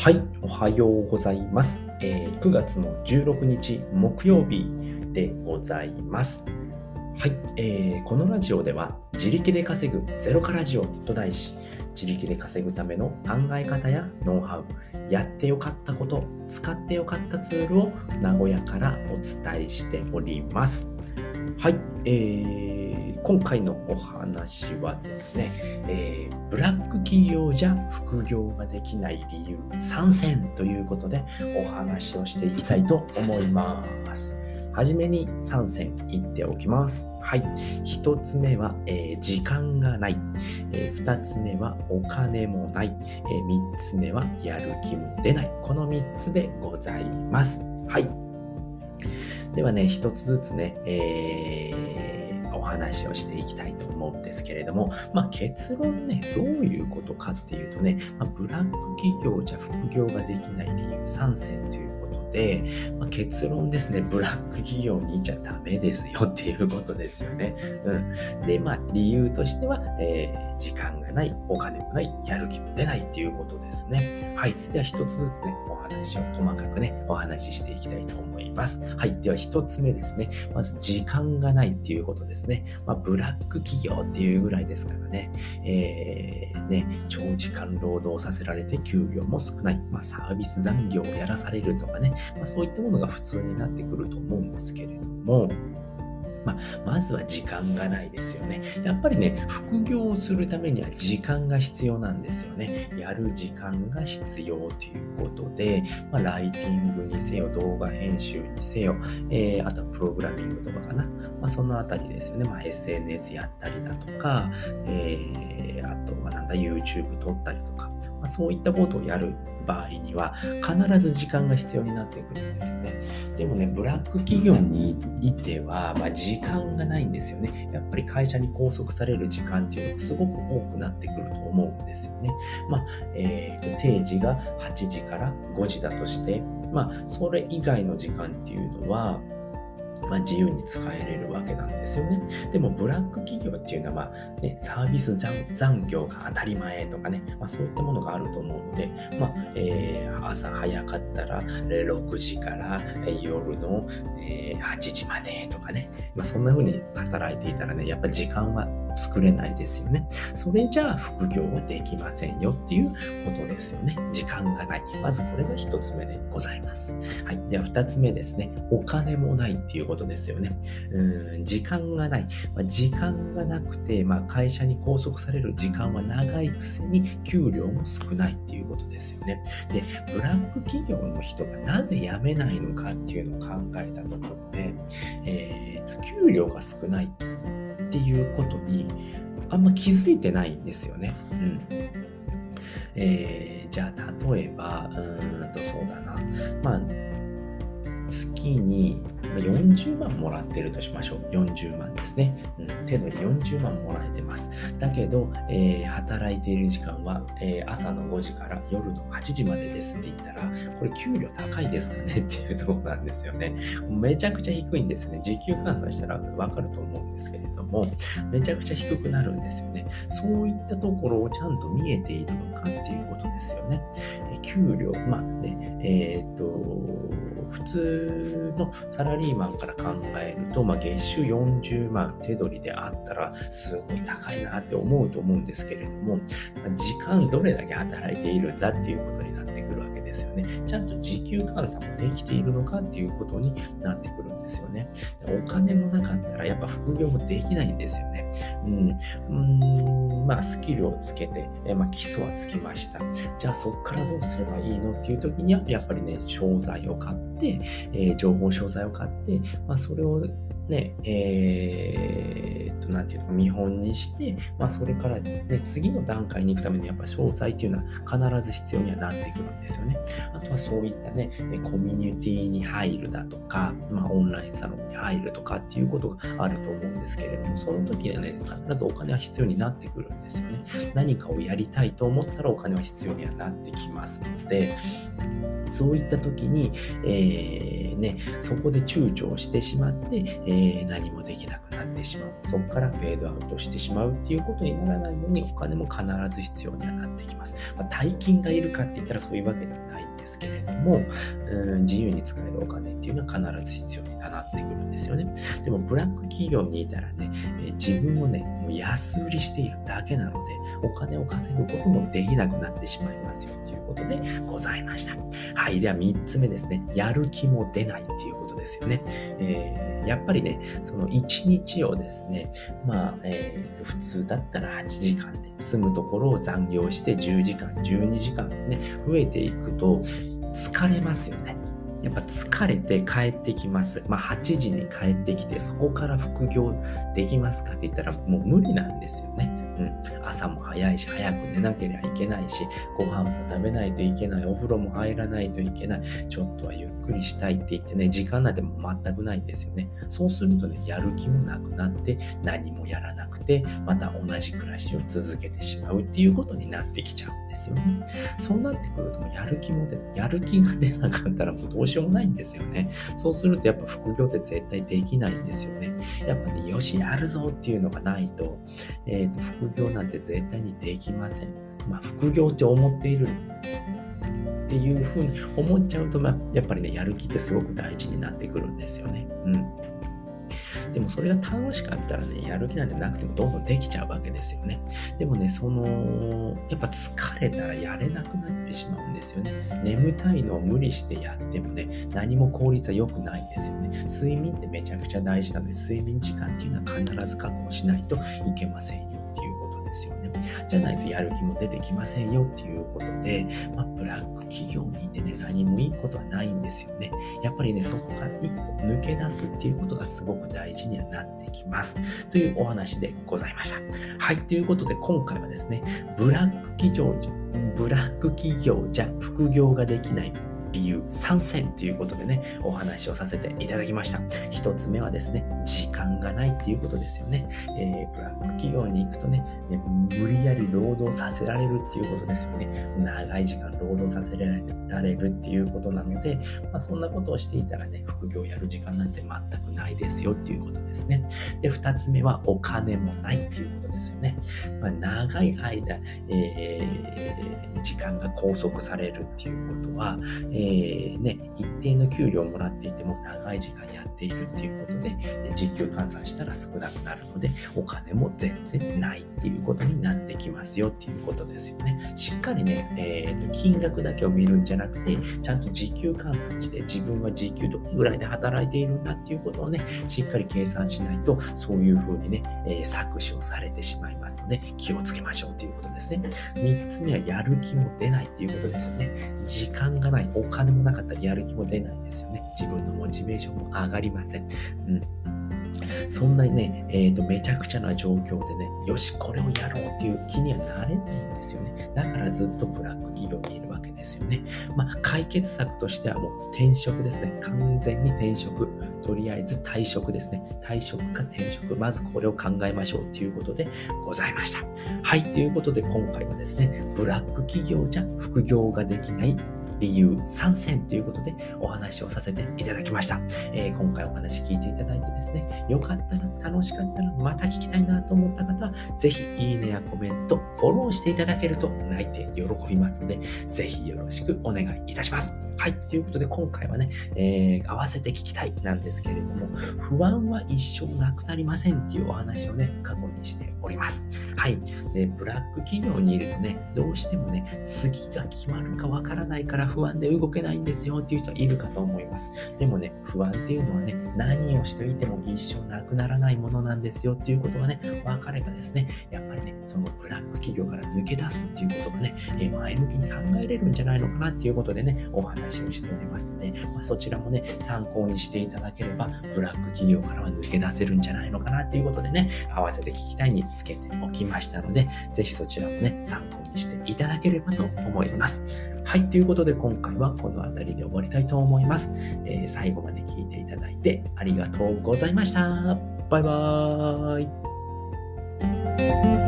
はい、おはようございます。9月の16日木曜日でございます。はい、このラジオでは自力で稼ぐゼロからラジオと題し、自力で稼ぐための考え方やノウハウ、やってよかったこと、使ってよかったツールを名古屋からお伝えしております。はい、今回のお話はですね、ブラック企業じゃ副業ができない理由3選ということでお話をしていきたいと思います。はじめに3選言っておきます。はい。1つ目は、時間がない。2つ目はお金もない。3つ目はやる気も出ない。この3つでございます。はい。ではね、1つずつね、お話をしていきたいと思うんですけれども、結論ね、どういうことかっていうとね、ブラック企業じゃ副業ができない理由3選ということで、結論ですね、ブラック企業にいちゃダメですよっていうことですよね。で、理由としては、時間がない、お金もない、やる気も出ないっていうことですね。はい。では一つずつね、お話を細かくね、お話ししていきたいと思います。はい。では一つ目ですね。まず時間がないっていうことですね。ブラック企業っていうぐらいですからね。長時間労働させられて給料も少ない。サービス残業をやらされるとかね。そういったものが普通になってくると思うんですけれども、まずは時間がないですよね。やっぱりね、副業をするためには時間が必要なんですよね。やる時間が必要ということで、ライティングにせよ、動画編集にせよ、あとはプログラミングとかかな。そのあたりですよね。SNS やったりだとか、あとはYouTube 撮ったりとか、そういったことをやる場合には必ず時間が必要になってくるんですよね。でもね、ブラック企業にいては、時間がないんですよね。やっぱり会社に拘束される時間っていうのがすごく多くなってくると思うんですよね。定時が8時から5時だとして、それ以外の時間っていうのは自由に使えれるわけなんですよね。でもブラック企業っていうのは、サービス残業が当たり前とかね、そういったものがあると思うので、朝早かったら6時から夜の8時までとかね、そんな風に働いていたらね、やっぱり時間は作れないですよね。それじゃあ副業はできませんよっていうことですよね。時間がない。まずこれが一つ目でございます。はい。では二つ目ですね。お金もないっていうことですよね。時間がない。時間がなくて、会社に拘束される時間は長いくせに給料も少ないっていうことですよね。で、ブラック企業の人がなぜ辞めないのかっていうのを考えたところで、給料が少ないっていうことにあんま気づいてないんですよね。じゃあ例えばそうだな、月に40万もらってるとしましょう。40万ですね。手取り40万もらえてます。だけど、働いている時間は、朝の5時から夜の8時までですって言ったら、これ給料高いですかねっていうところなんですよね。めちゃくちゃ低いんですよね。時給換算したらわかると思うんですけれども、めちゃくちゃ低くなるんですよね。そういったところをちゃんと見えているのかっていうことですよね。給料、普通のサラリーマンから考えると、月収40万手取りであったらすごい高いなって思うと思うんですけれども、時間どれだけ働いているんだっていうことになってくるわけですよね。ちゃんと時給換算もできているのかっていうことになってくるんですよね。お金もなかったらやっぱ副業もできないんですよね。スキルをつけて、基礎はつきました。じゃあそこからどうすればいいのっていう時にはやっぱりね、商材を買って、情報商材を買って、それをね、見本にして、それからね、次の段階に行くためにやっぱ商材っていうのは必ず必要にはなってくるんですよね。あとはそういったね、コミュニティに入るだとか、オンラインサロンに入るとかっていうことがあると思うんですけれども、その時でね、必ずお金は必要になってくるんですよね。何かをやりたいと思ったらお金は必要にはなってきますので、そういった時に、そこで躊躇してしまって、 何もできなくなってしまう。そこからフェードアウトしてしまうっていうことにならないようにお金も必ず必要にはなってきます。大金がいるかって言ったらそういうわけではないんですけれども、自由に使えるお金っていうのは必ず必要になってくるんですよね。でもブラック企業にいたらね、自分をね、もう安売りしているだけなので、お金を稼ぐこともできなくなってしまいますよということでございました。はい。では3つ目ですね。やる気も出ないっていうことですよね。やっぱりね、その1日をですね、普通だったら8時間で済むところを残業して10時間、12時間ね、増えていくと疲れますよね。やっぱ疲れて帰ってきます。8時に帰ってきて、そこから副業できますかって言ったらもう無理なんですよね。朝も早いし、早く寝なければいけないし、ご飯も食べないといけない、お風呂も入らないといけない、ちょっとはゆっくりしたいって言ってね、時間なんても全くないんですよね。そうするとね、やる気もなくなって、何もやらなくて、また同じ暮らしを続けてしまうっていうことになってきちゃうんですよね。そうなってくると、やる気が出なかったらもうどうしようもないんですよね。そうするとやっぱ副業って絶対できないんですよね。やっぱね、よし、やるぞっていうのがないと、副業なんて絶対にできません。副業って思っているっていうふうに思っちゃうと、やっぱりね、やる気ってすごく大事になってくるんですよね。でもそれが楽しかったらね、やる気なんてなくてもどんどんできちゃうわけですよね。でもね、やっぱ疲れたらやれなくなってしまうんですよね。眠たいのを無理してやってもね、何も効率は良くないんですよね。睡眠ってめちゃくちゃ大事なので、睡眠時間っていうのは必ず確保しないといけませんよっていうことですよね。じゃないとやる気も出てきませんよっていうことで、ブラック企業にいてね、何もいいことはないんですよね。やっぱりね、そこから一歩抜け出すっていうことがすごく大事にはなってきます。というお話でございました。はい、ということで今回はですね、ブラック企業じゃ副業ができない理由3選ということでね、お話をさせていただきました。一つ目はですね、時間がないっていうことですよね。ブラック企業に行くとね、無理やり労働させられるっていうことですよね。長い時間労働させられるっていうことなので、そんなことをしていたらね、副業やる時間なんて全くないですよっていうことですね。で、二つ目はお金もないっていうことですよね。長い間、時間が拘束されるっていうことは、一定の給料をもらっていても長い時間やっているっていうことで、時給換算したら少なくなるので、お金も全然ないっていうことになってきますよっていうことですよね。しっかりね、金額だけを見るんじゃなくて、ちゃんと時給換算して自分は時給どれぐらいで働いているんだっていうことをね、しっかり計算しないと、そういうふうにね、搾取をされてしまいますので、気をつけましょうということですね。3つ目はやる気も出ないっていうことですよね。時間がない、お金もなかったらやる気も出ないですよね。自分のモチベーションも上がりません。そんなにね、めちゃくちゃな状況でね、よし、これをやろうっていう気にはなれないんですよね。だからずっとブラック企業にいるわけですよね。解決策としてはもう転職ですね。完全に転職。とりあえず退職ですね。退職か転職。まずこれを考えましょうということでございました。はい、ということで今回はですね、ブラック企業じゃ副業ができない理由3選ということでお話をさせていただきました。今回お話聞いていただいてですね、よかったら、楽しかったら、また聞きたいなと思った方は、ぜひいいねやコメント、フォローしていただけると泣いて喜びますので、ぜひよろしくお願いいたします。はい、ということで今回はね、合わせて聞きたいなんですけれども、不安は一生なくなりませんっていうお話をね、過去にしております。はい。で、ブラック企業にいるとね、どうしてもね、次が決まるかわからないから不安で動けないんですよっていう人はいるかと思います。でもね、不安っていうのはね、何をしていても一生なくならないものなんですよっていうことがね、分かればですね、やっぱりね、そのブラック企業から抜け出すっていうことがね、前向きに考えれるんじゃないのかなっていうことでね、お話をしておりますので、そちらもね、参考にしていただければ、ブラック企業からは抜け出せるんじゃないのかなっていうことでね、合わせて聞きたいにつけておきましたので、ぜひそちらもね、参考にしていただければと思います。はい、ということで今回はこの辺りで終わりたいと思います。最後まで聞いていただいてありがとうございました。バイバーイ。